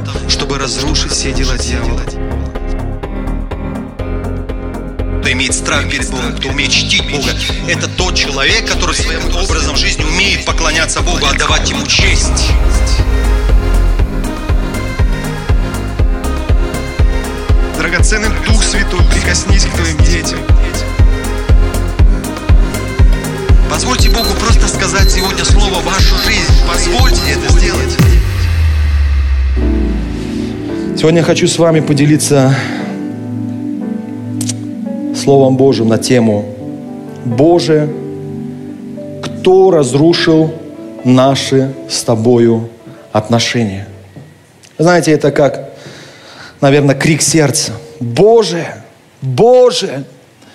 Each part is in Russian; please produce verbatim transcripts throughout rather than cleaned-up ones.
чтобы разрушить все дела дьявола. Кто имеет страх перед Богом, кто умеет чтить Бога, это тот человек, который своим образом жизни умеет поклоняться Богу, отдавать Ему честь. Драгоценный Дух Святой, прикоснись к твоим детям. Позвольте Богу просто сказать сегодня слово в вашу жизнь. Позвольте это сделать. Сегодня я хочу с вами поделиться Словом Божьим на тему «Боже, кто разрушил наши с Тобою отношения?» Знаете, это как, наверное, крик сердца. Боже, Боже!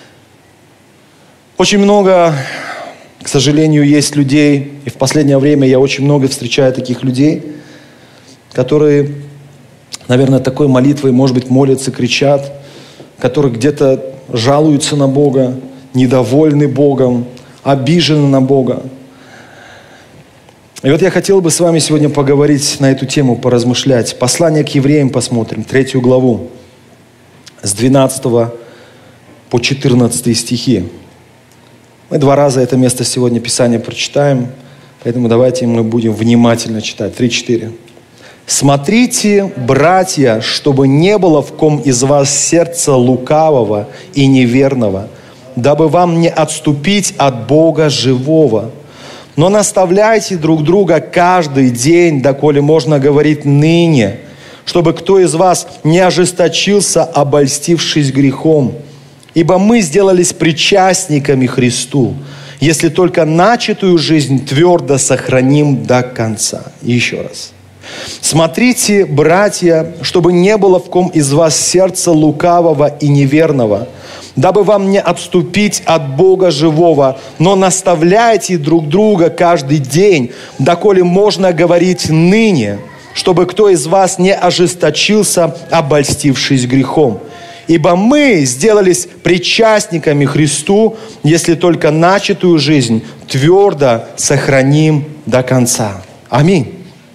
Очень много, к сожалению, есть людей, и в последнее время я очень много встречаю таких людей, которые, наверное, такой молитвой, может быть, молятся, кричат, которые где-то жалуются на Бога, недовольны Богом, обижены на Бога. И вот я хотел бы с вами сегодня поговорить на эту тему, поразмышлять. Послание к евреям посмотрим, третью главу, с двенадцатого по четырнадцатый стихи. Мы два раза это место сегодня Писания прочитаем, поэтому давайте мы будем внимательно читать. три-четыре. «Смотрите, братья, чтобы не было в ком из вас сердца лукавого и неверного, дабы вам не отступить от Бога живого. Но наставляйте друг друга каждый день, доколе можно говорить ныне, чтобы кто из вас не ожесточился, обольстившись грехом. Ибо мы сделались причастниками Христу, если только начатую жизнь твердо сохраним до конца». И еще раз. «Смотрите, братья, чтобы не было в ком из вас сердца лукавого и неверного, дабы вам не отступить от Бога живого, но наставляйте друг друга каждый день, доколе можно говорить ныне, чтобы кто из вас не ожесточился, обольстившись грехом. Ибо мы сделались причастниками Христу, если только начатую жизнь твердо сохраним до конца». Аминь.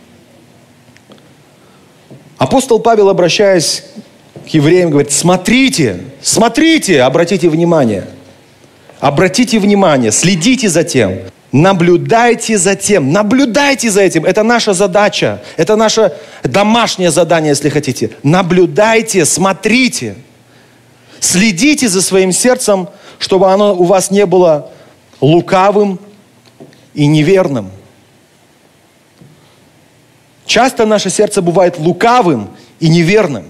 Апостол Павел, обращаясь к евреям, говорит: смотрите, смотрите, обратите внимание. Обратите внимание, следите за тем, наблюдайте за тем, наблюдайте за этим. Это наша задача, это наше домашнее задание, если хотите. Наблюдайте, смотрите. Следите за своим сердцем, чтобы оно у вас не было лукавым и неверным. Часто наше сердце бывает лукавым и неверным.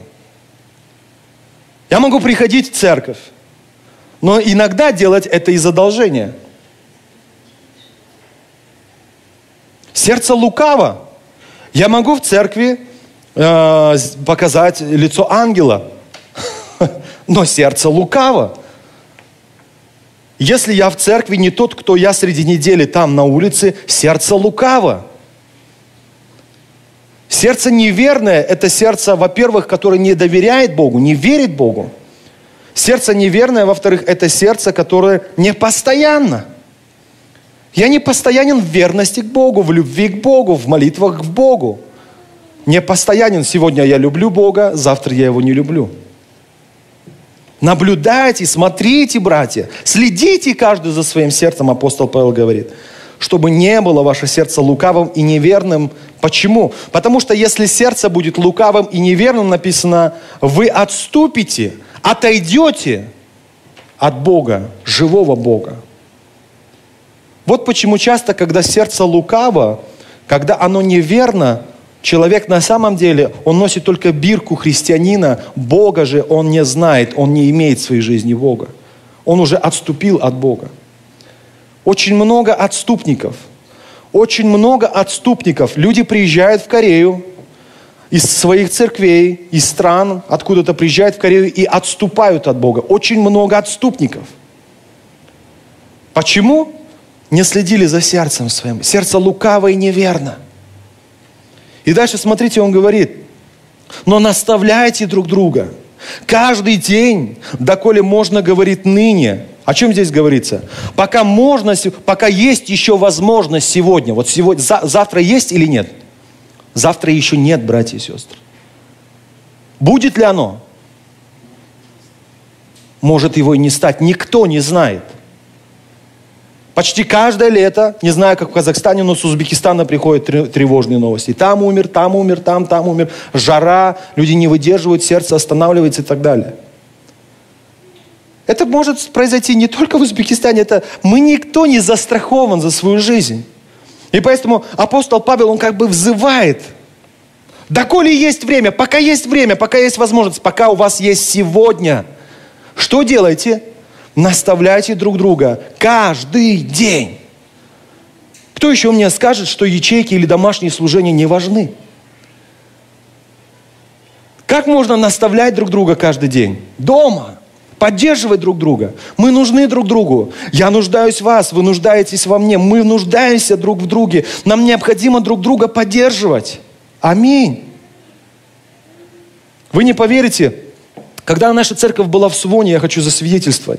Я могу приходить в церковь, но иногда делать это из одолжения. Сердце лукаво. Я могу в церкви э, показать лицо ангела, но сердце лукаво. Если я в церкви не тот, кто я среди недели там на улице, сердце лукаво. Сердце неверное – это сердце, во-первых, которое не доверяет Богу, не верит Богу. Сердце неверное, во-вторых, это сердце, которое не постоянно. Я не постоянен в верности к Богу, в любви к Богу, в молитвах к Богу. Не постоянен. Сегодня я люблю Бога, завтра я Его не люблю. Наблюдайте, смотрите, братья, следите каждый за своим сердцем, апостол Павел говорит, чтобы не было ваше сердце лукавым и неверным. Почему? Потому что если сердце будет лукавым и неверным, написано, вы отступите, отойдете от Бога, живого Бога. Вот почему часто, когда сердце лукаво, когда оно неверно, человек на самом деле, он носит только бирку христианина, Бога же он не знает, он не имеет в своей жизни Бога. Он уже отступил от Бога. Очень много отступников. Очень много отступников. Люди приезжают в Корею из своих церквей, из стран, откуда-то приезжают в Корею и отступают от Бога. Очень много отступников. Почему? Не следили за сердцем своим. Сердце лукаво и неверно. И дальше, смотрите, он говорит, но наставляйте друг друга. Каждый день, доколе можно, говорит, ныне. О чем здесь говорится? Пока можно, пока есть еще возможность сегодня. Вот сегодня, за, завтра есть или нет? Завтра еще нет, братья и сестры. Будет ли оно? Может его и не стать. Никто не знает. Почти каждое лето, не знаю, как в Казахстане, но с Узбекистана приходят тревожные новости. Там умер, там умер, там, там умер. Жара, люди не выдерживают, сердце останавливается и так далее. Это может произойти не только в Узбекистане. Это мы никто не застрахован за свою жизнь. И поэтому апостол Павел, он как бы взывает. Доколе есть время, пока есть время, пока есть возможность, пока у вас есть сегодня. Что делайте? Наставляйте друг друга каждый день. Кто еще мне скажет, что ячейки или домашние служения не важны? Как можно наставлять друг друга каждый день? Дома. Поддерживать друг друга. Мы нужны друг другу. Я нуждаюсь в вас, вы нуждаетесь во мне. Мы нуждаемся друг в друге. Нам необходимо друг друга поддерживать. Аминь. Вы не поверите, когда наша церковь была в Своне, я хочу засвидетельствовать,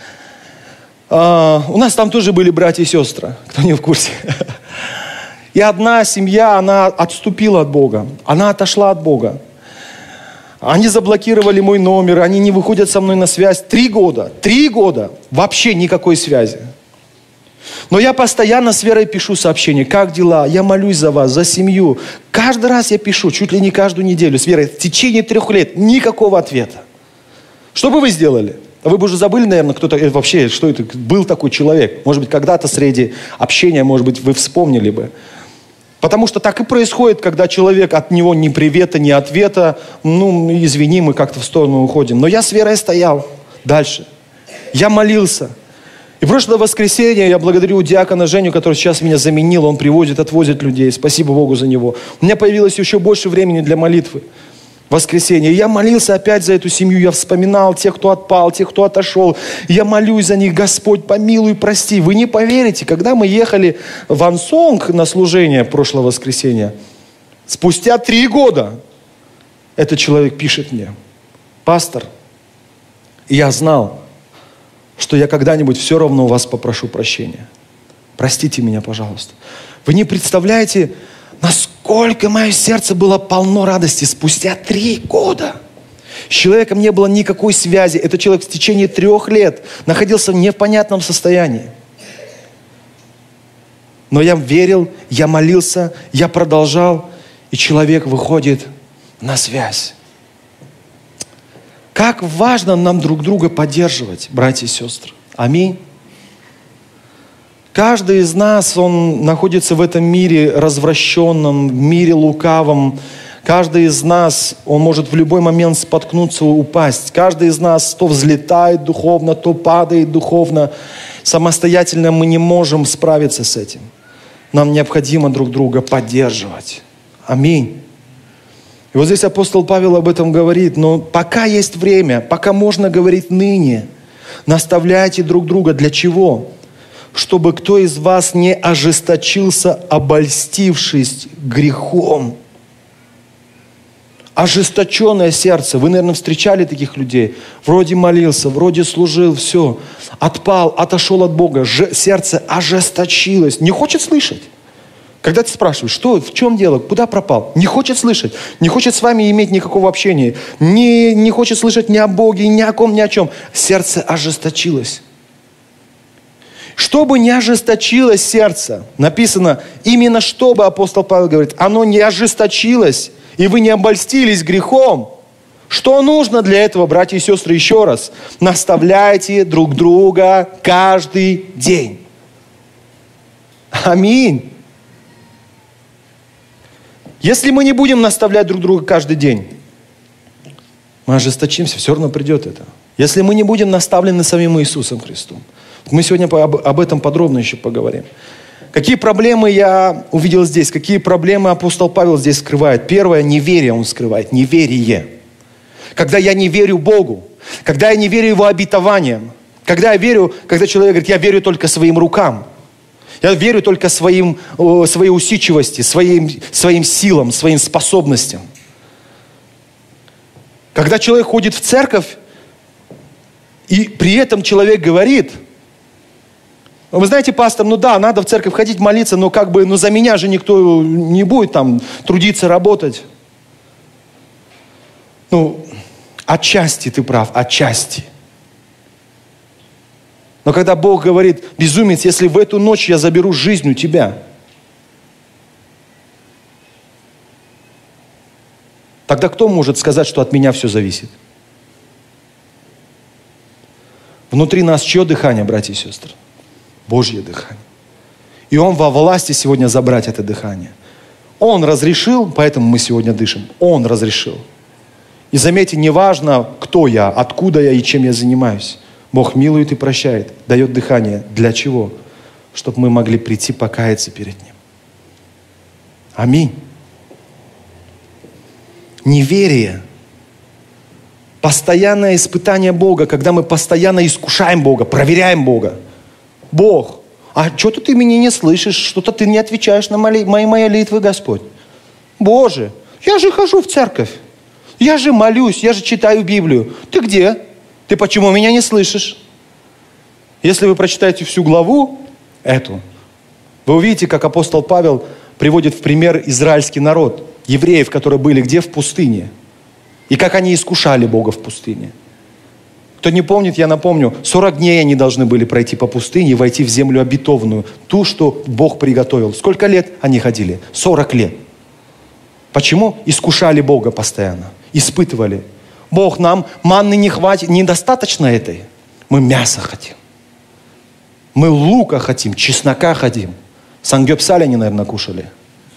а, у нас там тоже были братья и сестры, кто не в курсе. И одна семья, она отступила от Бога, она отошла от Бога. Они заблокировали мой номер, они не выходят со мной на связь. Три года, три года, вообще никакой связи. Но я постоянно с Верой пишу сообщения. Как дела? Я молюсь за вас, за семью. Каждый раз я пишу, чуть ли не каждую неделю с Верой. В течение трех лет никакого ответа. Что бы вы сделали? Вы бы уже забыли, наверное, кто-то вообще, что это был такой человек. Может быть, когда-то среди общения, может быть, вы вспомнили бы. Потому что так и происходит, когда человек, от него ни привета, ни ответа. Ну, извини, мы как-то в сторону уходим. Но я с Верой стоял дальше. Я молился. И в прошлое воскресенье я благодарю диакона Женю, который сейчас меня заменил. Он привозит, отвозит людей. Спасибо Богу за него. У меня появилось еще больше времени для молитвы. Воскресенье. И я молился опять за эту семью. Я вспоминал тех, кто отпал, тех, кто отошел. Я молюсь за них. Господь, помилуй, прости. Вы не поверите, когда мы ехали в Ансонг на служение прошлое воскресенье, спустя три года этот человек пишет мне: пастор, я знал, что я когда-нибудь все равно у вас попрошу прощения. Простите меня, пожалуйста. Вы не представляете, насколько мое сердце было полно радости спустя три года. С человеком не было никакой связи. Этот человек в течение трех лет находился в непонятном состоянии. Но я верил, я молился, я продолжал, и человек выходит на связь. Как важно нам друг друга поддерживать, братья и сестры. Аминь. Каждый из нас, он находится в этом мире развращенном, в мире лукавом. Каждый из нас, он может в любой момент споткнуться и упасть. Каждый из нас то взлетает духовно, то падает духовно. Самостоятельно мы не можем справиться с этим. Нам необходимо друг друга поддерживать. Аминь. И вот здесь апостол Павел об этом говорит. Но пока есть время, пока можно говорить ныне, наставляйте друг друга. Для чего? Чтобы кто из вас не ожесточился, обольстившись грехом. Ожесточенное сердце. Вы, наверное, встречали таких людей. Вроде молился, вроде служил, все. Отпал, отошел от Бога. Ж- сердце ожесточилось. Не хочет слышать. Когда ты спрашиваешь, что, в чем дело, куда пропал? Не хочет слышать. Не хочет с вами иметь никакого общения. Не, не хочет слышать ни о Боге, ни о ком, ни о чем. Сердце ожесточилось. Чтобы не ожесточилось сердце, написано, именно чтобы, апостол Павел говорит, оно не ожесточилось, и вы не обольстились грехом. Что нужно для этого, братья и сестры, еще раз? Наставляйте друг друга каждый день. Аминь. Если мы не будем наставлять друг друга каждый день, мы ожесточимся, все равно придет это. Если мы не будем наставлены самим Иисусом Христом. Мы сегодня об, об этом подробно еще поговорим. Какие проблемы я увидел здесь? Какие проблемы апостол Павел здесь скрывает? Первое, неверие он скрывает. Неверие. Когда я не верю Богу. Когда я не верю Его обетованиям. Когда я верю, когда человек говорит, я верю только своим рукам. Я верю только своим, своей усидчивости, своим, своим силам, своим способностям. Когда человек ходит в церковь, и при этом человек говорит, вы знаете, пастор, ну да, надо в церковь ходить, молиться, но как бы, ну за меня же никто не будет там трудиться, работать. Ну, отчасти ты прав, отчасти. Но когда Бог говорит: безумец, если в эту ночь я заберу жизнь у тебя, тогда кто может сказать, что от меня все зависит? Внутри нас чье дыхание, братья и сестры? Божье дыхание. И Он во власти сегодня забрать это дыхание. Он разрешил, поэтому мы сегодня дышим. Он разрешил. И заметьте, неважно, кто я, откуда я и чем я занимаюсь. Бог милует и прощает, дает дыхание. Для чего? Чтобы мы могли прийти покаяться перед Ним. Аминь. Неверие. Постоянное испытание Бога, когда мы постоянно искушаем Бога, проверяем Бога. Бог, а что-то ты меня не слышишь, что-то ты не отвечаешь на мои, мои молитвы, Господь. Боже, я же хожу в церковь, я же молюсь, я же читаю Библию. Ты где? Ты почему меня не слышишь? Если вы прочитаете всю главу эту, вы увидите, как апостол Павел приводит в пример израильский народ, евреев, которые были где? В пустыне. И как они искушали Бога в пустыне. Кто не помнит, я напомню, сорок дней они должны были пройти по пустыне и войти в землю обетованную, ту, что Бог приготовил. Сколько лет они ходили? сорок лет. Почему? Искушали Бога постоянно, испытывали. Бог, нам манны не хватит, недостаточно этой. Мы мясо хотим. Мы лука хотим, чеснока хотим. Самгёпсаль они, наверное, кушали.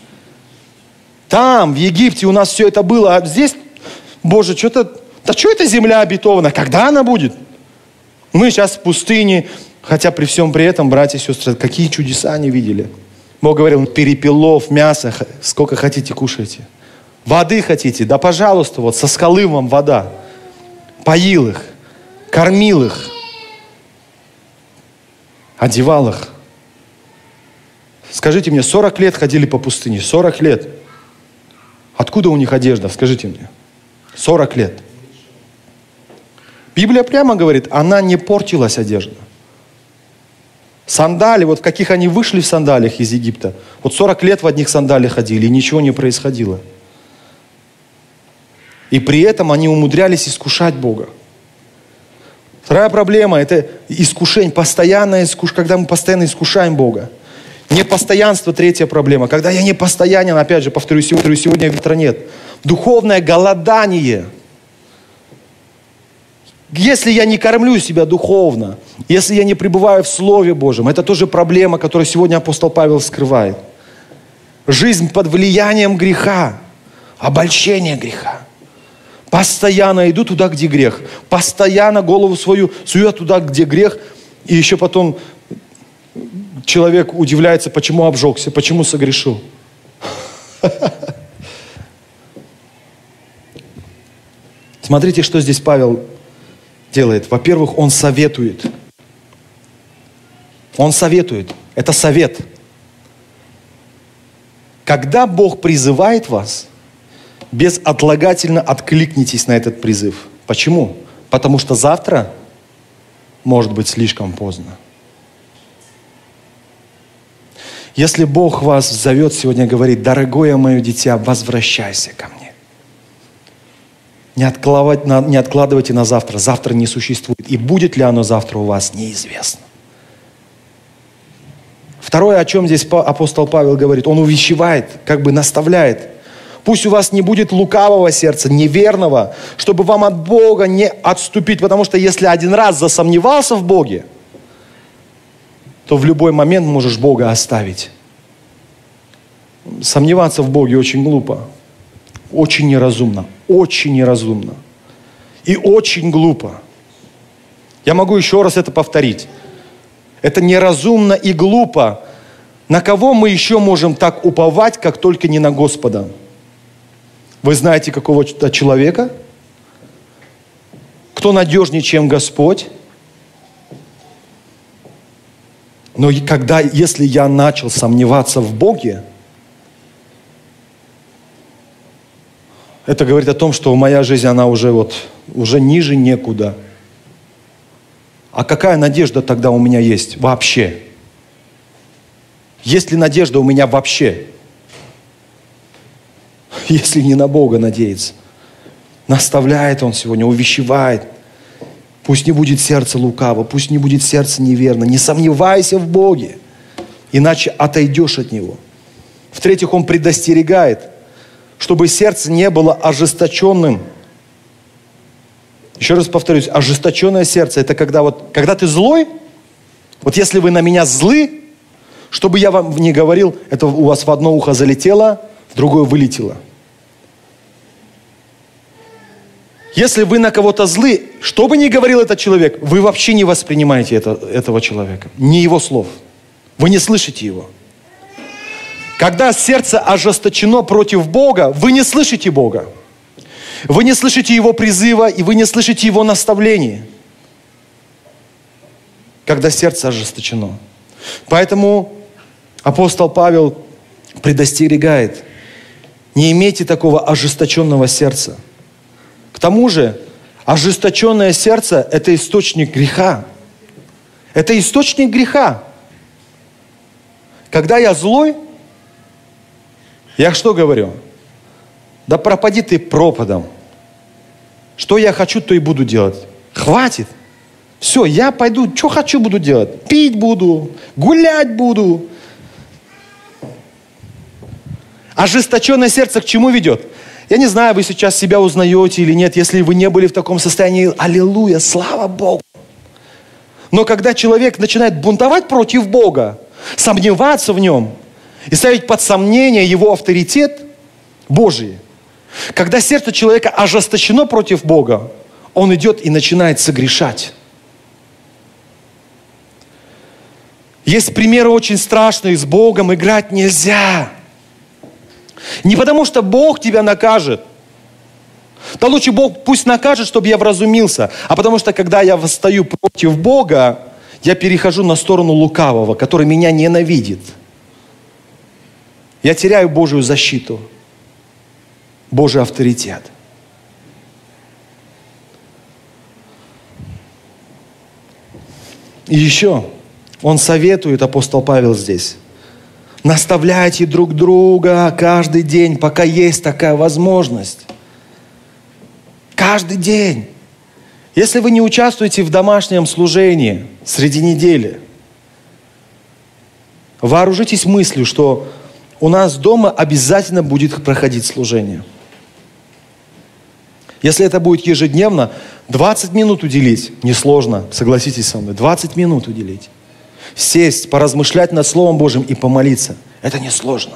Там, в Египте, у нас все это было, а здесь... Боже, что-то, да что это земля обетованная? Когда она будет? Мы сейчас в пустыне, хотя при всем при этом, братья и сестры, какие чудеса они видели. Бог говорил: перепелов, мясо, сколько хотите, кушайте. Воды хотите? Да, пожалуйста, вот со скалы вам вода. Поил их, кормил их, одевал их. Скажите мне, сорок лет ходили по пустыне, сорок лет. Откуда у них одежда? Скажите мне. сорок лет. Библия прямо говорит, она не портилась, одежда. Сандали, вот в каких они вышли в сандалиях из Египта. Вот сорок лет в одних сандалиях ходили, и ничего не происходило. И при этом они умудрялись искушать Бога. Вторая проблема – это искушение, постоянное искушение, когда мы постоянно искушаем Бога. Непостоянство – третья проблема. Когда я не постоянен, опять же, повторю, сегодня, сегодня ветра нет. Духовное голодание. Если я не кормлю себя духовно, если я не пребываю в Слове Божьем, это тоже проблема, которую сегодня апостол Павел скрывает. Жизнь под влиянием греха, обольщение греха. Постоянно иду туда, где грех. Постоянно голову свою сую туда, где грех. И еще потом человек удивляется, почему обжегся, почему согрешил. Смотрите, что здесь Павел делает. Во-первых, он советует. Он советует. Это совет. Когда Бог призывает вас, безотлагательно откликнитесь на этот призыв. Почему? Потому что завтра может быть слишком поздно. Если Бог вас зовет сегодня, говорит: дорогое мое дитя, возвращайся ко мне. Не откладывайте, не откладывайте на завтра. Завтра не существует. И будет ли оно завтра у вас, неизвестно. Второе, о чем здесь апостол Павел говорит, он увещевает, как бы наставляет. Пусть у вас не будет лукавого сердца, неверного, чтобы вам от Бога не отступить. Потому что если один раз засомневался в Боге, то в любой момент можешь Бога оставить. Сомневаться в Боге очень глупо. Очень неразумно. Очень неразумно. И очень глупо. Я могу еще раз это повторить. Это неразумно и глупо. На кого мы еще можем так уповать, как только не на Господа? Вы знаете какого-то человека? Кто надежнее, чем Господь? Но когда, если я начал сомневаться в Боге, это говорит о том, что моя жизнь, она уже вот, уже ниже некуда. А какая надежда тогда у меня есть вообще? Есть ли надежда у меня вообще? Если не на Бога надеяться. Наставляет Он сегодня, увещевает. Пусть не будет сердце лукаво, пусть не будет сердце неверно. Не сомневайся в Боге, иначе отойдешь от Него. В-третьих, Он предостерегает, чтобы сердце не было ожесточенным. Еще раз повторюсь, ожесточенное сердце, это когда вот, когда ты злой, вот если вы на меня злы, чтобы я вам не говорил, это у вас в одно ухо залетело, в другое вылетело. Если вы на кого-то злы, что бы ни говорил этот человек, вы вообще не воспринимаете это, этого человека, ни его слов. Вы не слышите его. Когда сердце ожесточено против Бога, вы не слышите Бога. Вы не слышите Его призыва, и вы не слышите Его наставлений. Когда сердце ожесточено. Поэтому апостол Павел предостерегает: не имейте такого ожесточенного сердца. К тому же, ожесточенное сердце – это источник греха. Это источник греха. Когда я злой, я что говорю? Да пропади ты пропадом. Что я хочу, то и буду делать. Хватит. Все, я пойду, что хочу, буду делать. Пить буду, гулять буду. Ожесточенное сердце к чему ведет? Я не знаю, вы сейчас себя узнаете или нет, если вы не были в таком состоянии. Аллилуйя, слава Богу. Но когда человек начинает бунтовать против Бога, сомневаться в Нем и ставить под сомнение Его авторитет Божий, когда сердце человека ожесточено против Бога, он идет и начинает согрешать. Есть примеры очень страшные, с Богом играть нельзя. Не потому, что Бог тебя накажет. Да лучше Бог пусть накажет, чтобы я вразумился. А потому что, когда я восстаю против Бога, я перехожу на сторону лукавого, который меня ненавидит. Я теряю Божию защиту, Божий авторитет. И еще он советует, апостол Павел здесь: наставляйте друг друга каждый день, пока есть такая возможность. Каждый день. Если вы не участвуете в домашнем служении среди недели, вооружитесь мыслью, что у нас дома обязательно будет проходить служение. Если это будет ежедневно, двадцать минут уделить, несложно, согласитесь со мной, двадцать минут уделить. Сесть, поразмышлять над Словом Божьим и помолиться. Это несложно.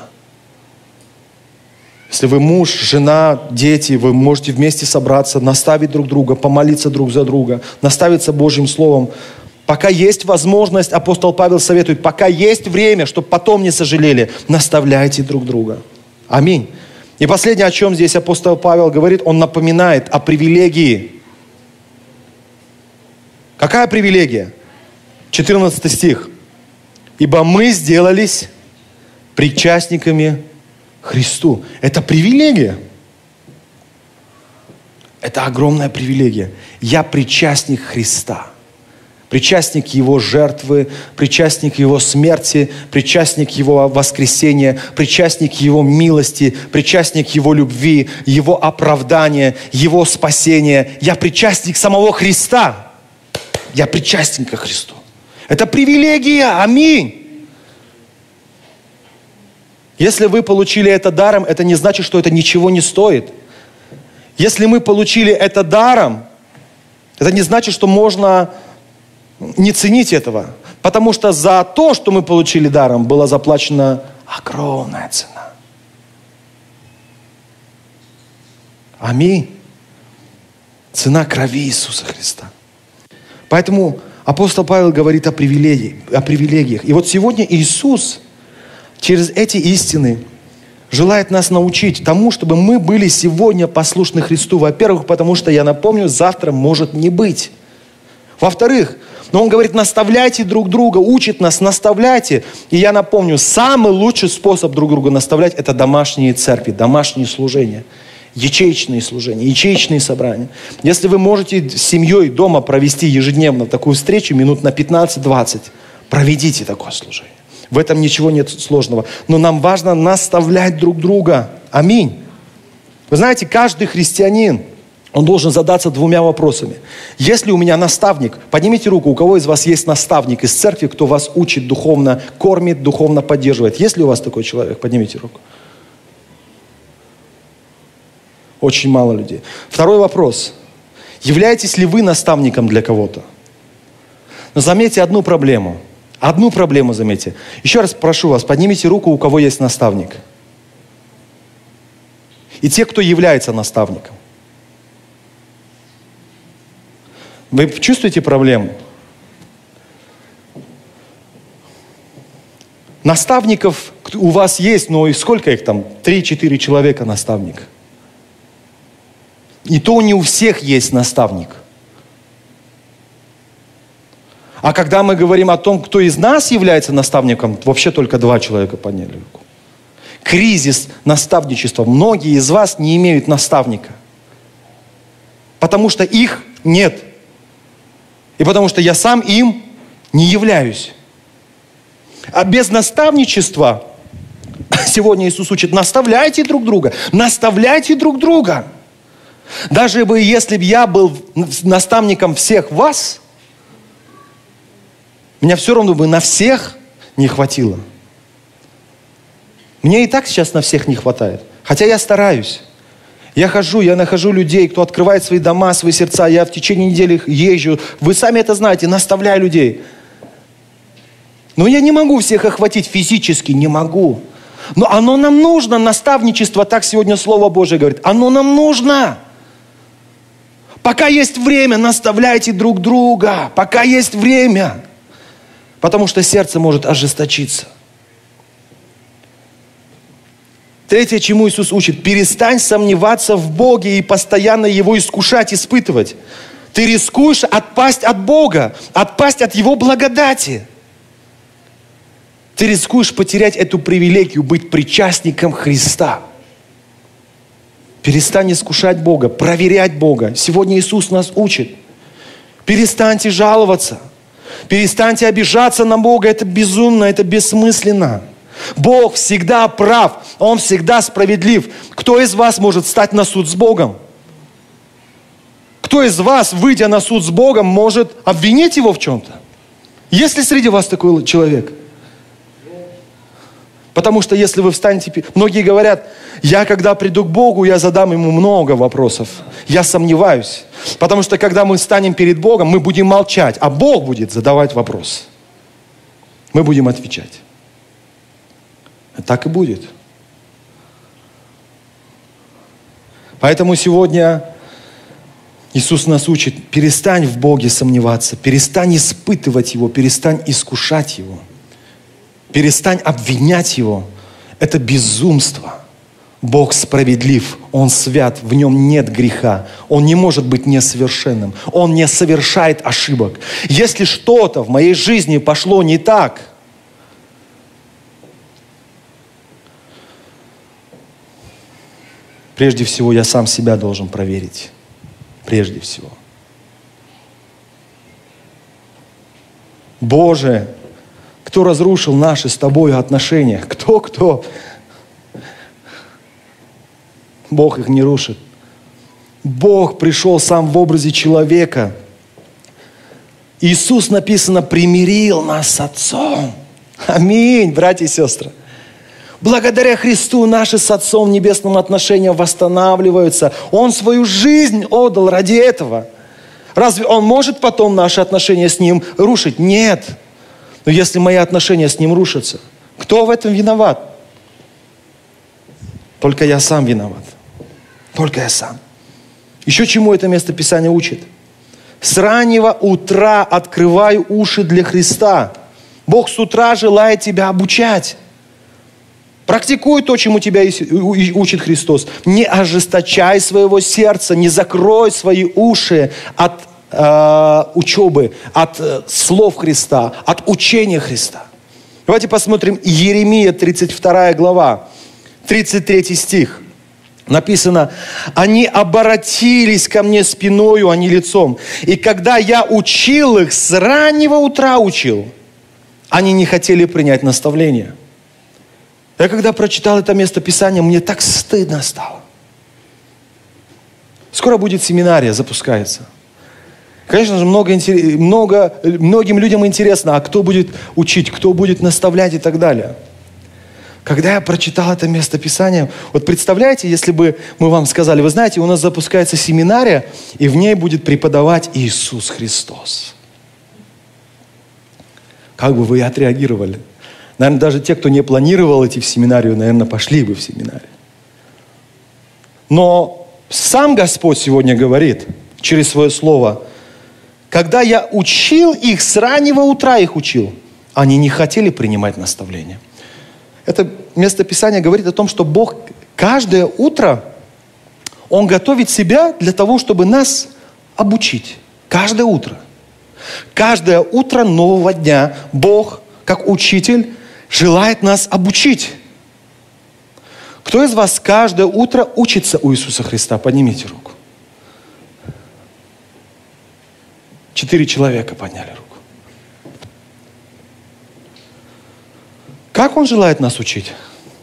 Если вы муж, жена, дети, вы можете вместе собраться, наставить друг друга, помолиться друг за друга, наставиться Божьим Словом. Пока есть возможность, апостол Павел советует, пока есть время, чтобы потом не сожалели, наставляйте друг друга. Аминь. И последнее, о чем здесь апостол Павел говорит, он напоминает о привилегии. Какая привилегия? четырнадцатый стих. «Ибо мы сделались причастниками Христу». Это привилегия. Это огромная привилегия. Я причастник Христа. Причастник Его жертвы, причастник Его смерти, причастник Его воскресения, причастник Его милости, причастник Его любви, Его оправдания, Его спасения. Я причастник самого Христа. Я причастник ко Христу. Это привилегия. Аминь. Если вы получили это даром, это не значит, что это ничего не стоит. Если мы получили это даром, это не значит, что можно не ценить этого. Потому что за то, что мы получили даром, была заплачена огромная цена. Аминь. Цена крови Иисуса Христа. Поэтому апостол Павел говорит о привилегиях, о привилегиях. И вот сегодня Иисус через эти истины желает нас научить тому, чтобы мы были сегодня послушны Христу. Во-первых, потому что, я напомню, завтра может не быть. Во-вторых, но он говорит, наставляйте друг друга, учит нас, наставляйте. И я напомню, самый лучший способ друг друга наставлять – это домашние церкви, домашние служения, ячеечные служения, ячеечные собрания. Если вы можете с семьей дома провести ежедневно такую встречу, минут на пятнадцать-двадцать, проведите такое служение. В этом ничего нет сложного. Но нам важно наставлять друг друга. Аминь. Вы знаете, каждый христианин, он должен задаться двумя вопросами. Если у меня наставник, поднимите руку, у кого из вас есть наставник из церкви, кто вас учит духовно, кормит, духовно поддерживает. Есть ли у вас такой человек? Поднимите руку. Очень мало людей. Второй вопрос. Являетесь ли вы наставником для кого-то? Но заметьте одну проблему. Одну проблему заметьте. Еще раз прошу вас, поднимите руку, у кого есть наставник. И те, кто является наставником. Вы чувствуете проблему? Наставников у вас есть, но и сколько их там? Три-четыре человека наставник. И то не у всех есть наставник. А когда мы говорим о том, кто из нас является наставником, вообще только два человека подняли руку. Кризис наставничества. Многие из вас не имеют наставника. Потому что их нет. И потому что я сам им не являюсь. А без наставничества, сегодня Иисус учит, наставляйте друг друга, наставляйте друг друга. Даже бы, если бы я был наставником всех вас, меня все равно бы на всех не хватило. Мне и так сейчас на всех не хватает. Хотя я стараюсь. Я хожу, я нахожу людей, кто открывает свои дома, свои сердца. Я в течение недели езжу. Вы сами это знаете, наставляю людей. Но я не могу всех охватить физически, не могу. Но оно нам нужно, наставничество, так сегодня Слово Божие говорит. Оно нам нужно. Пока есть время, наставляйте друг друга. Пока есть время. Потому что сердце может ожесточиться. Третье, чему Иисус учит. Перестань сомневаться в Боге и постоянно Его искушать, испытывать. Ты рискуешь отпасть от Бога, отпасть от Его благодати. Ты рискуешь потерять эту привилегию быть причастником Христа. Перестань искушать Бога, проверять Бога. Сегодня Иисус нас учит. Перестаньте жаловаться. Перестаньте обижаться на Бога. Это безумно, это бессмысленно. Бог всегда прав. Он всегда справедлив. Кто из вас может стать на суд с Богом? Кто из вас, выйдя на суд с Богом, может обвинить Его в чем-то? Есть ли среди вас такой человек? Потому что если вы встанете... Многие говорят, я когда приду к Богу, я задам Ему много вопросов. Я сомневаюсь. Потому что когда мы станем перед Богом, мы будем молчать, а Бог будет задавать вопросы. Мы будем отвечать. Так и будет. Поэтому сегодня Иисус нас учит, перестань в Боге сомневаться, перестань испытывать Его, перестань искушать Его, перестань обвинять Его. Это безумство. Бог справедлив, Он свят, в Нем нет греха. Он не может быть несовершенным. Он не совершает ошибок. Если что-то в моей жизни пошло не так, прежде всего, я сам себя должен проверить. Прежде всего. Боже, кто разрушил наши с Тобою отношения? Кто, кто? Бог их не рушит. Бог пришел сам в образе человека. Иисус, написано, примирил нас с Отцом. Аминь, братья и сестры. Благодаря Христу наши с Отцом Небесным отношения восстанавливаются. Он свою жизнь отдал ради этого. Разве Он может потом наши отношения с Ним рушить? Нет. Но если мои отношения с Ним рушатся, кто в этом виноват? Только я сам виноват. Только я сам. Еще чему это место Писания учит? С раннего утра открываю уши для Христа. Бог с утра желает тебя обучать. Практикуй то, чему тебя учит Христос. Не ожесточай своего сердца, не закрой свои уши от э, учебы, от э, слов Христа, от учения Христа. Давайте посмотрим Иеремия, тридцать вторая глава, тридцать третий стих. Написано, они обратились ко мне спиною, а не лицом. И когда я учил их, с раннего утра учил, они не хотели принять наставление. Я когда прочитал это место Писания, мне так стыдно стало. Скоро будет семинария, запускается. Конечно же, много, много, многим людям интересно, а кто будет учить, кто будет наставлять и так далее. Когда я прочитал это местописание, вот представляете, если бы мы вам сказали, вы знаете, у нас запускается семинария, и в ней будет преподавать Иисус Христос. Как бы вы отреагировали? Наверное, даже те, кто не планировал идти в семинарию, наверное, пошли бы в семинарию. Но сам Господь сегодня говорит через свое слово, когда я учил их, с раннего утра их учил, они не хотели принимать наставления. Это местописание говорит о том, что Бог каждое утро, Он готовит себя для того, чтобы нас обучить. Каждое утро. Каждое утро нового дня Бог, как учитель, желает нас обучить. Кто из вас каждое утро учится у Иисуса Христа? Поднимите руку. Четыре человека подняли руку. Как Он желает нас учить?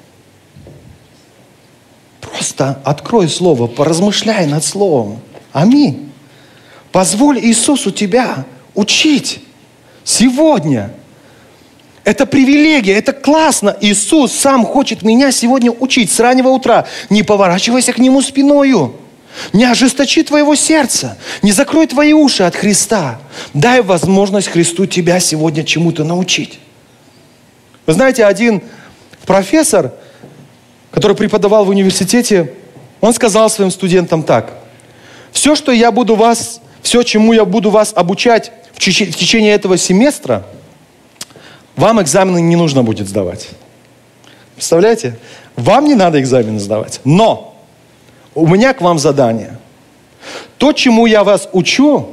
Просто открой Слово, поразмышляй над Словом. Аминь. Позволь Иисусу тебя учить сегодня. Это привилегия, это классно. Иисус сам хочет меня сегодня учить с раннего утра. Не поворачивайся к Нему спиною. Не ожесточи твоего сердца. Не закрой твои уши от Христа. Дай возможность Христу тебя сегодня чему-то научить. Вы знаете, один профессор, который преподавал в университете, он сказал своим студентам так. Все, что я буду вас, все, чему я буду вас обучать в течение этого семестра, вам экзамены не нужно будет сдавать. Представляете? Вам не надо экзамены сдавать. Но у меня к вам задание. То, чему я вас учу,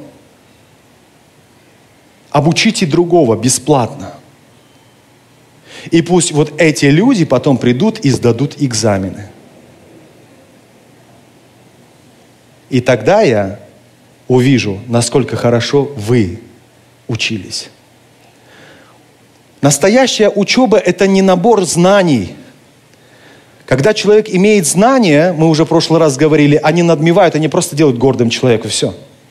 обучите другого бесплатно. И пусть вот эти люди потом придут и сдадут экзамены. И тогда я увижу, насколько хорошо вы учились. Настоящая учеба – это не набор знаний. Когда человек имеет знания, мы уже в прошлый раз говорили, они надмевают, они просто делают гордым человека, все.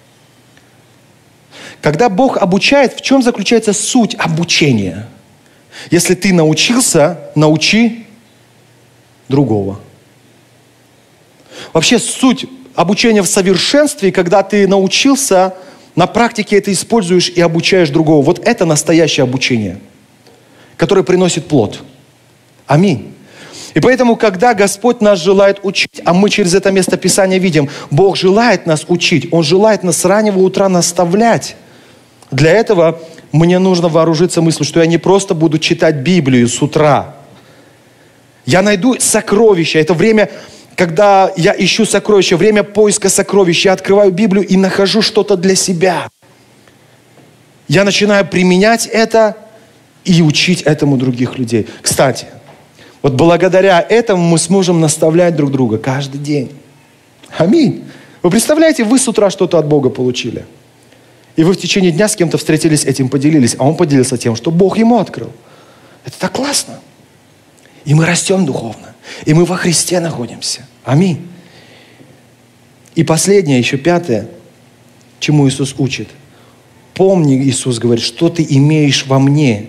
Когда Бог обучает, в чем заключается суть обучения? Если ты научился, научи другого. Вообще суть обучения в совершенстве, когда ты научился, на практике это используешь и обучаешь другого. Вот это настоящее обучение, которое приносит плод. Аминь. И поэтому, когда Господь нас желает учить, а мы через это место Писания видим, Бог желает нас учить, Он желает нас с раннего утра наставлять. Для этого мне нужно вооружиться мыслью, что я не просто буду читать Библию с утра. Я найду сокровища. Это время, когда я ищу сокровища, время поиска сокровищ. Я открываю Библию и нахожу что-то для себя. Я начинаю применять это и учить этому других людей. Кстати, вот благодаря этому мы сможем наставлять друг друга каждый день. Аминь. Вы представляете, вы с утра что-то от Бога получили. И вы в течение дня с кем-то встретились, этим поделились. А он поделился тем, что Бог ему открыл. Это так классно. И мы растем духовно. И мы во Христе находимся. Аминь. И последнее, еще пятое, чему Иисус учит. Помни, Иисус говорит, что ты имеешь во мне.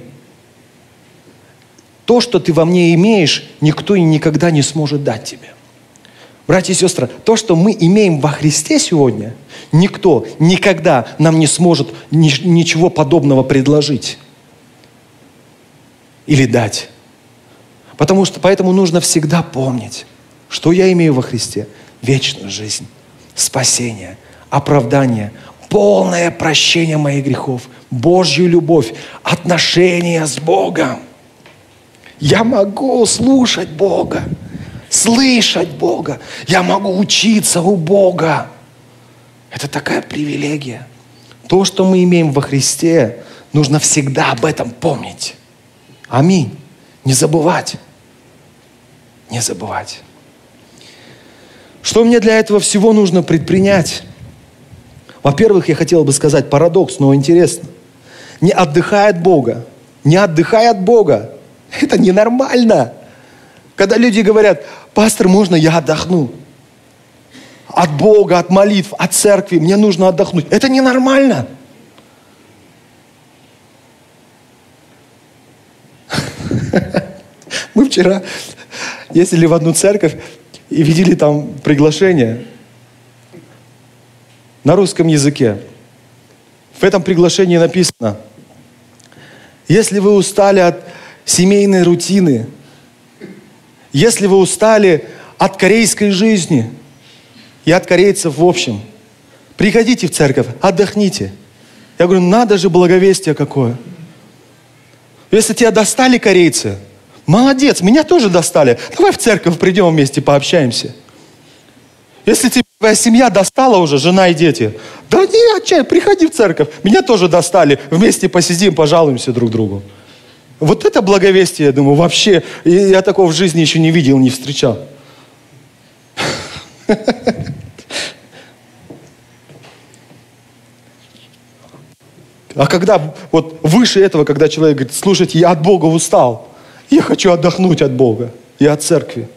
То, что ты во мне имеешь, никто и никогда не сможет дать тебе. Братья и сестры, то, что мы имеем во Христе сегодня, никто никогда нам не сможет ни, ничего подобного предложить или дать. Потому что, поэтому нужно всегда помнить, что я имею во Христе: вечную жизнь, спасение, оправдание, полное прощение моих грехов, Божью любовь, отношения с Богом. Я могу слушать Бога, слышать Бога. Я могу учиться у Бога. Это такая привилегия. То, что мы имеем во Христе, нужно всегда об этом помнить. Аминь. Не забывать. Не забывать. Что мне для этого всего нужно предпринять? Во-первых, я хотел бы сказать парадокс, но интересно. Не отдыхай от Бога. Не отдыхай от Бога. Это ненормально. Когда люди говорят: пастор, можно я отдохну? от Бога, от молитв, от церкви. Мне нужно отдохнуть. Это ненормально. Мы вчера ездили в одну церковь и видели там приглашение на русском языке. В этом приглашении написано: если вы устали от семейной рутины, если вы устали от корейской жизни и от корейцев в общем, приходите в церковь, отдохните. Я говорю, надо же, благовестие какое. Если тебя достали корейцы, молодец, меня тоже достали. Давай в церковь придем вместе, пообщаемся. Если тебя твоя семья достала уже, жена и дети, да не отчай, приходи в церковь. Меня тоже достали, вместе посидим, пожалуемся друг другу. Вот это благовестие, я думаю, вообще, я такого в жизни еще не видел, не встречал. А когда, вот выше этого, когда человек говорит, слушайте, я от Бога устал, я хочу отдохнуть от Бога и от церкви.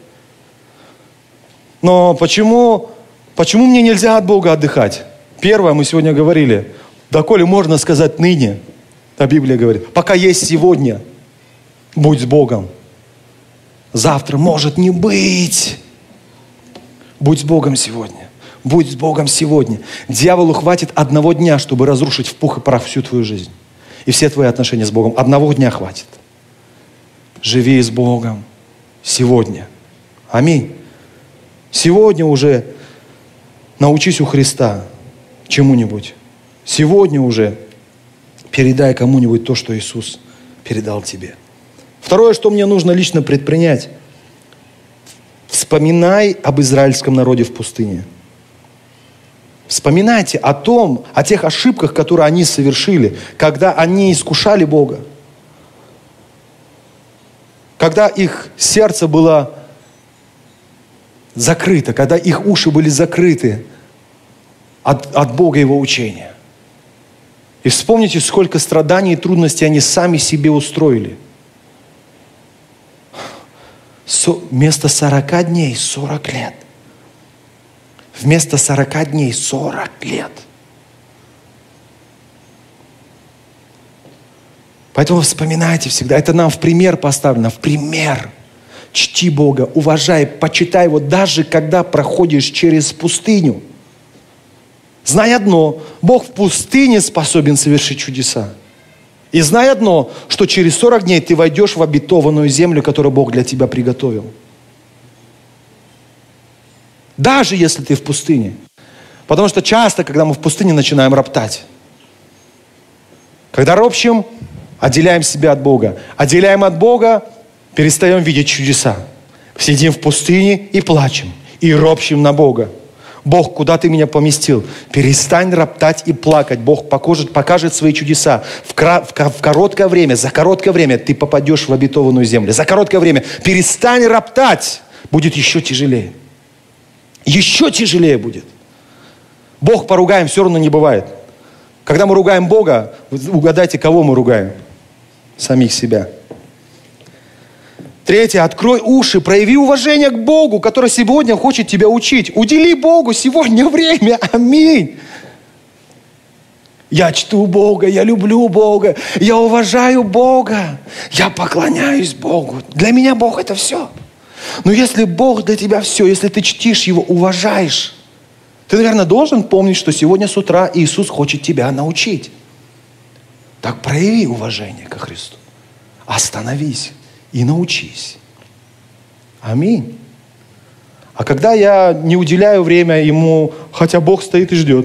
Но почему, почему мне нельзя от Бога отдыхать? Первое, мы сегодня говорили, доколе можно сказать ныне, а Библия говорит, пока есть сегодня, будь с Богом. Завтра может не быть. Будь с Богом сегодня. Будь с Богом сегодня. Дьяволу хватит одного дня, чтобы разрушить в пух и прах всю твою жизнь. И все твои отношения с Богом. Одного дня хватит. Живи с Богом сегодня. Аминь. Сегодня уже научись у Христа чему-нибудь. Сегодня уже передай кому-нибудь то, что Иисус передал тебе. Второе, что мне нужно лично предпринять. Вспоминай об израильском народе в пустыне. Вспоминайте о том, о тех ошибках, которые они совершили, когда они искушали Бога. Когда их сердце было закрыто, когда их уши были закрыты от, от Бога и Его учения. И вспомните, сколько страданий и трудностей они сами себе устроили. Со, вместо сорока дней сорок лет. Вместо сорока дней сорок лет. Поэтому вспоминайте всегда. Это нам в пример поставлено. В пример. Чти Бога, уважай, почитай Его, даже когда проходишь через пустыню. Знай одно. Бог в пустыне способен совершить чудеса. И знай одно, что через сорок дней ты войдешь в обетованную землю, которую Бог для тебя приготовил. Даже если ты в пустыне. Потому что часто, когда мы в пустыне, начинаем роптать. Когда ропщим, отделяем себя от Бога. Отделяем от Бога, перестаем видеть чудеса. Сидим в пустыне и плачем. И ропщим на Бога. Бог, куда ты меня поместил? Перестань роптать и плакать. Бог покажет, покажет свои чудеса. В, кра- в, в короткое время, за короткое время ты попадешь в обетованную землю. За короткое время перестань роптать. Будет еще тяжелее. Еще тяжелее будет. Бог поругаем все равно не бывает. Когда мы ругаем Бога, угадайте, кого мы ругаем? Самих себя. Третье. Открой уши, прояви уважение к Богу, который сегодня хочет тебя учить. Удели Богу сегодня время. Аминь. Я чту Бога, я люблю Бога, я уважаю Бога, я поклоняюсь Богу. Для меня Бог это все. Но если Бог для тебя все, если ты чтишь Его, уважаешь, ты, наверное, должен помнить, что сегодня с утра Иисус хочет тебя научить. Так прояви уважение ко Христу. Остановись и научись. Аминь. А когда я не уделяю время Ему, хотя Бог стоит и ждет.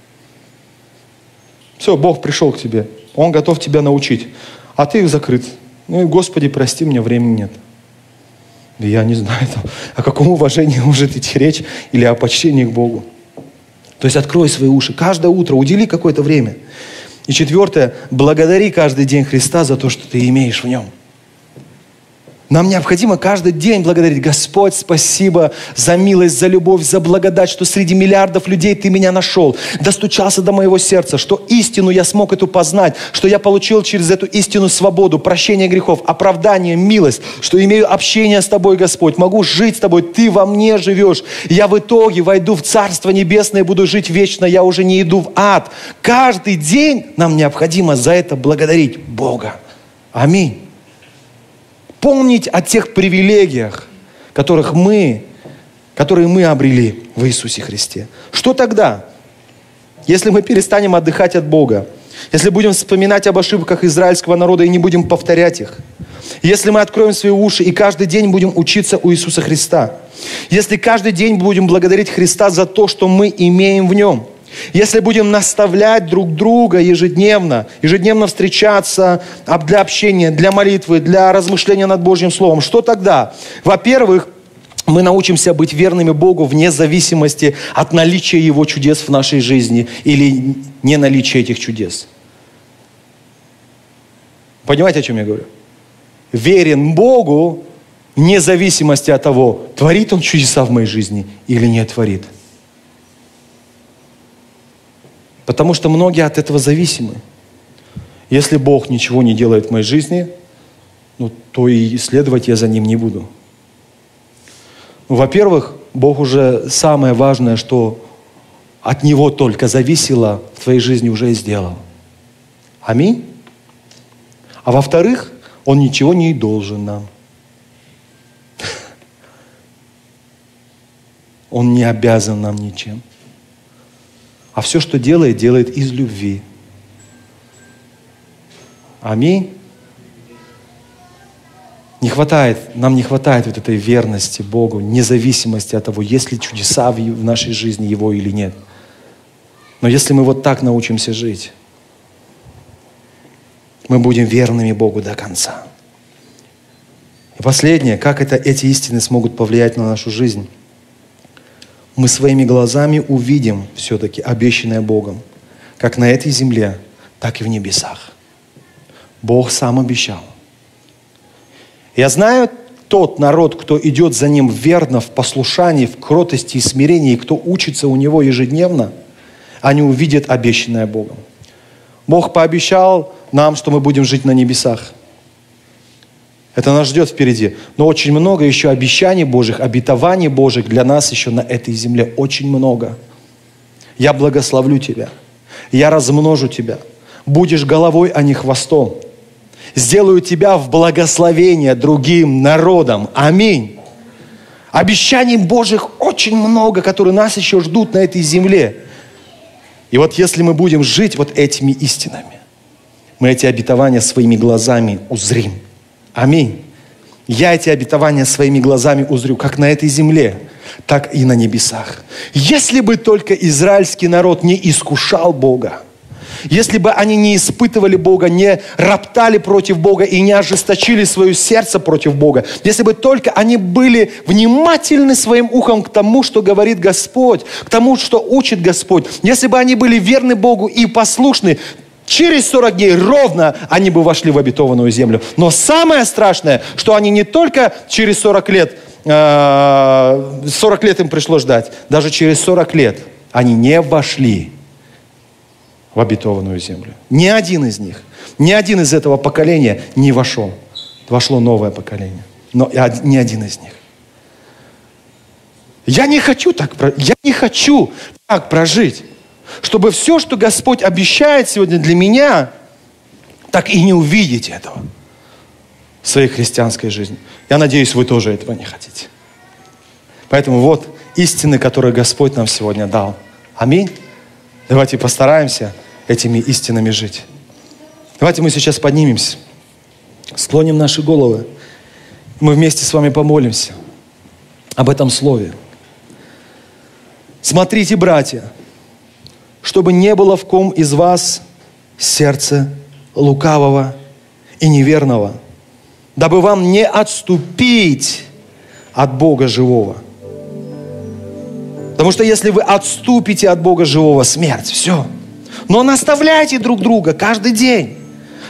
Все, Бог пришел к тебе. Он готов тебя научить. А ты закрыт. Ну и, Господи, прости, мне времени нет. Я не знаю, там, о каком уважении может идти речь или о почтении к Богу. То есть открой свои уши. Каждое утро удели какое-то время. И четвертое. Благодари каждый день Христа за то, что ты имеешь в Нем. Нам необходимо каждый день благодарить: Господь, спасибо за милость, за любовь, за благодать, что среди миллиардов людей Ты меня нашел, достучался до моего сердца, что истину я смог эту познать, что я получил через эту истину свободу, прощение грехов, оправдание, милость, что имею общение с Тобой, Господь, могу жить с Тобой, Ты во мне живешь. Я в итоге войду в Царство Небесное, буду жить вечно, я уже не иду в ад. Каждый день нам необходимо за это благодарить Бога. Аминь. Помнить о тех привилегиях, которых мы, которые мы обрели в Иисусе Христе. Что тогда? Если мы перестанем отдыхать от Бога, если будем вспоминать об ошибках израильского народа и не будем повторять их, если мы откроем свои уши и каждый день будем учиться у Иисуса Христа, если каждый день будем благодарить Христа за то, что мы имеем в Нем, если будем наставлять друг друга ежедневно, ежедневно встречаться для общения, для молитвы, для размышления над Божьим Словом, что тогда? Во-первых, мы научимся быть верными Богу вне зависимости от наличия Его чудес в нашей жизни или не наличия этих чудес. Понимаете, о чем я говорю? Верен Богу вне зависимости от того, творит Он чудеса в моей жизни или не творит. Потому что многие от этого зависимы. Если Бог ничего не делает в моей жизни, ну, то и следовать я за Ним не буду. Ну, во-первых, Бог уже самое важное, что от Него только зависело, в твоей жизни уже и сделал. Аминь. А во-вторых, Он ничего не должен нам. Он не обязан нам ничем. А все, что делает, делает из любви. Аминь. Не хватает, нам не хватает вот этой верности Богу, независимости от того, есть ли чудеса в нашей жизни Его или нет. Но если мы вот так научимся жить, мы будем верными Богу до конца. И последнее, как это, эти истины смогут повлиять на нашу жизнь? Мы своими глазами увидим все-таки обещанное Богом, как на этой земле, так и в небесах. Бог сам обещал. Я знаю тот народ, кто идет за Ним верно, в послушании, в кротости и смирении, и кто учится у Него ежедневно, они увидят обещанное Богом. Бог пообещал нам, что мы будем жить на небесах. Это нас ждет впереди. Но очень много еще обещаний Божьих, обетований Божьих для нас еще на этой земле. Очень много. Я благословлю тебя. Я размножу тебя. Будешь головой, а не хвостом. Сделаю тебя в благословение другим народам. Аминь. Обещаний Божьих очень много, которые нас еще ждут на этой земле. И вот если мы будем жить вот этими истинами, мы эти обетования своими глазами узрим. Аминь. Я эти обетования своими глазами узрю, как на этой земле, так и на небесах. Если бы только израильский народ не искушал Бога, если бы они не испытывали Бога, не роптали против Бога и не ожесточили свое сердце против Бога, если бы только они были внимательны своим ухом к тому, что говорит Господь, к тому, что учит Господь, если бы они были верны Богу и послушны, через сорок дней ровно они бы вошли в обетованную землю. Но самое страшное, что они не только через сорок лет, сорок лет им пришлось ждать, даже через сорок лет они не вошли в обетованную землю. Ни один из них, ни один из этого поколения не вошел. Вошло новое поколение, но ни один из них. Я не хочу так, я не хочу так прожить, чтобы все, что Господь обещает сегодня для меня, так и не увидеть этого в своей христианской жизни. Я надеюсь, вы тоже этого не хотите. Поэтому вот истины, которые Господь нам сегодня дал. Аминь. Давайте постараемся этими истинами жить. Давайте мы сейчас поднимемся, склоним наши головы. Мы вместе с вами помолимся об этом слове. Смотрите, братья, чтобы не было в ком из вас сердца лукавого и неверного, дабы вам не отступить от Бога живого. Потому что если вы отступите от Бога живого, смерть, все. Но наставляйте друг друга каждый день.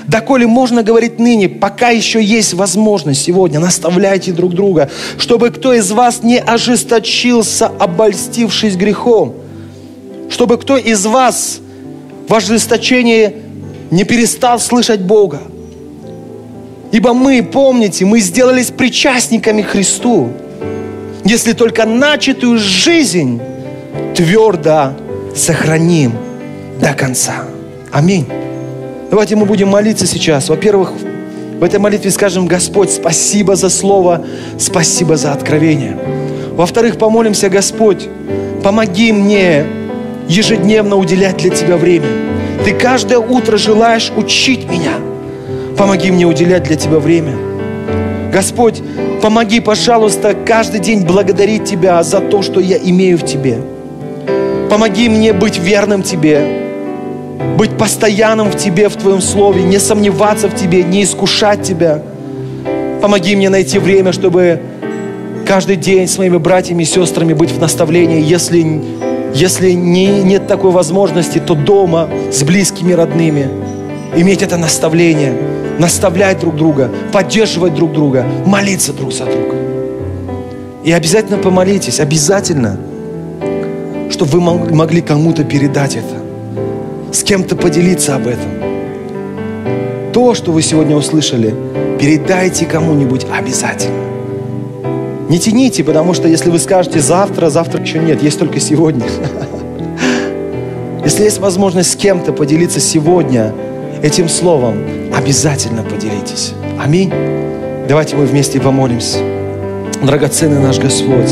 Доколе можно говорить ныне, пока еще есть возможность сегодня, наставляйте друг друга, чтобы кто из вас не ожесточился, обольстившись грехом. Чтобы кто из вас в ожесточении не перестал слышать Бога. Ибо мы, помните, мы сделались причастниками Христу, если только начатую жизнь твердо сохраним до конца. Аминь. Давайте мы будем молиться сейчас. Во-первых, в этой молитве скажем: Господь, спасибо за слово, спасибо за откровение. Во-вторых, помолимся: Господь, помоги мне ежедневно уделять для Тебя время. Ты каждое утро желаешь учить меня. Помоги мне уделять для Тебя время. Господь, помоги, пожалуйста, каждый день благодарить Тебя за то, что я имею в Тебе. Помоги мне быть верным Тебе, быть постоянным в Тебе, в Твоем Слове, не сомневаться в Тебе, не искушать Тебя. Помоги мне найти время, чтобы каждый день с моими братьями и сестрами быть в наставлении. Если, если не, нет такой возможности, то дома с близкими, родными. Иметь это наставление, наставлять друг друга, поддерживать друг друга, молиться друг за друга. И обязательно помолитесь, обязательно, чтобы вы могли кому-то передать это, с кем-то поделиться об этом. То, что вы сегодня услышали, передайте кому-нибудь обязательно. Не тяните, потому что если вы скажете завтра, завтра еще нет, есть только сегодня. Если есть возможность с кем-то поделиться сегодня этим словом, обязательно поделитесь. Аминь. Давайте мы вместе помолимся. Драгоценный наш Господь,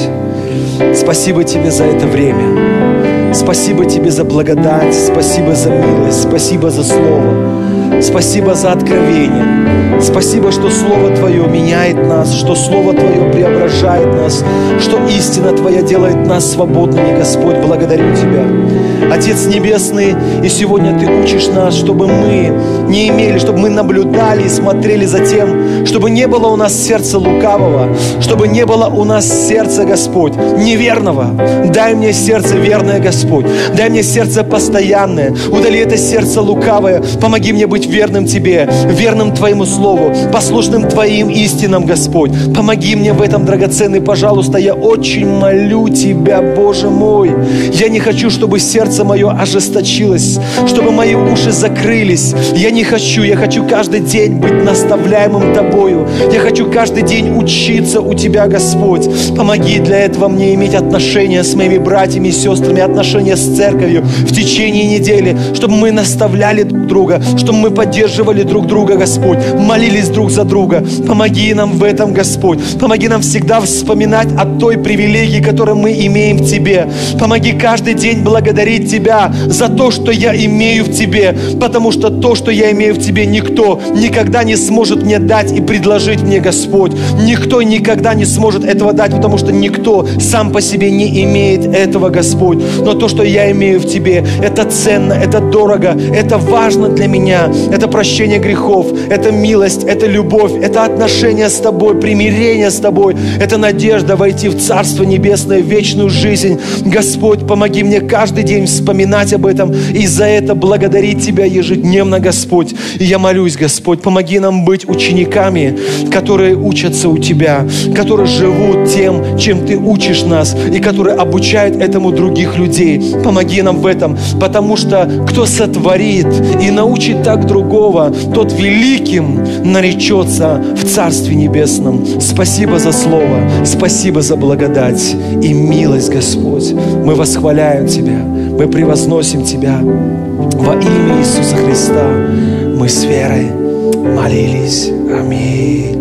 спасибо Тебе за это время. Спасибо Тебе за благодать, спасибо за милость, спасибо за Слово, спасибо за откровение. Спасибо, что Слово Твое меняет нас, что Слово Твое преображает нас, что истина Твоя делает нас свободными, Господь. Благодарю Тебя, Отец Небесный, и сегодня Ты учишь нас, чтобы мы не имели, чтобы мы наблюдали и смотрели за тем, чтобы не было у нас сердца лукавого, чтобы не было у нас сердца, Господь, неверного. Дай мне сердце верное, Господь. Дай мне сердце постоянное. Удали это сердце лукавое. Помоги мне быть верным Тебе, верным Твоему Слову, послушным Твоим истинам, Господь. Помоги мне в этом, драгоценный, пожалуйста. Я очень молю Тебя, Боже мой. Я не хочу, чтобы сердце мое ожесточилось, чтобы мои уши закрылись. Я не хочу. Я хочу каждый день быть наставляемым Тобою. Я хочу каждый день учиться у Тебя, Господь. Помоги для этого мне иметь отношения с моими братьями и сестрами, отношения с церковью в течение недели, чтобы мы наставляли друг друга, чтобы мы поддерживали друг друга, Господь, молились друг за друга. Помоги нам в этом, Господь. Помоги нам всегда вспоминать о той привилегии, которую мы имеем в Тебе. Помоги каждый день благодарить Тебя за то, что я имею в Тебе, потому что то, что я имею в Тебе, никто никогда не сможет мне дать и предложить мне, Господь. Никто никогда не сможет этого дать, потому что никто сам по себе не имеет этого, Господь. Но то, что я имею в Тебе, это ценно, это дорого, это важно для меня. Это прощение грехов, это милость, это любовь, это отношения с Тобой, примирение с Тобой, это надежда войти в Царство Небесное, в вечную жизнь. Господь, помоги мне каждый день вспоминать об этом и за это благодарить Тебя ежедневно, Господь. И я молюсь, Господь, помоги нам быть учениками, которые учатся у Тебя, которые живут тем, чем Ты учишь нас, и которые обучают этому других людей. Помоги нам в этом, потому что кто сотворит и научит так другого, тот великим наречется в Царстве Небесном. Спасибо за Слово, спасибо за благодать и милость, Господь. Мы восхваляем Тебя, мы превозносим Тебя. Во имя Иисуса Христа мы с верой молились. Аминь.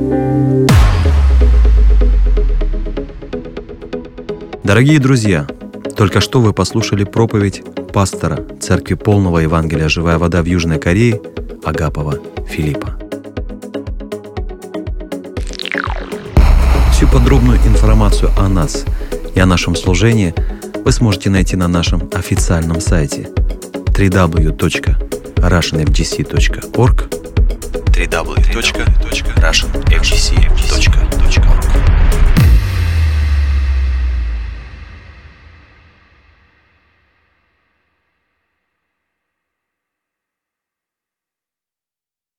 Дорогие друзья, только что вы послушали проповедь пастора Церкви Полного Евангелия «Живая вода» в Южной Корее Агапова Филиппа. Всю подробную информацию о нас и о нашем служении вы сможете найти на нашем официальном сайте дабл ю дабл ю дабл ю точка russian f g c точка org дабл ю дабл ю дабл ю точка russian f g c точка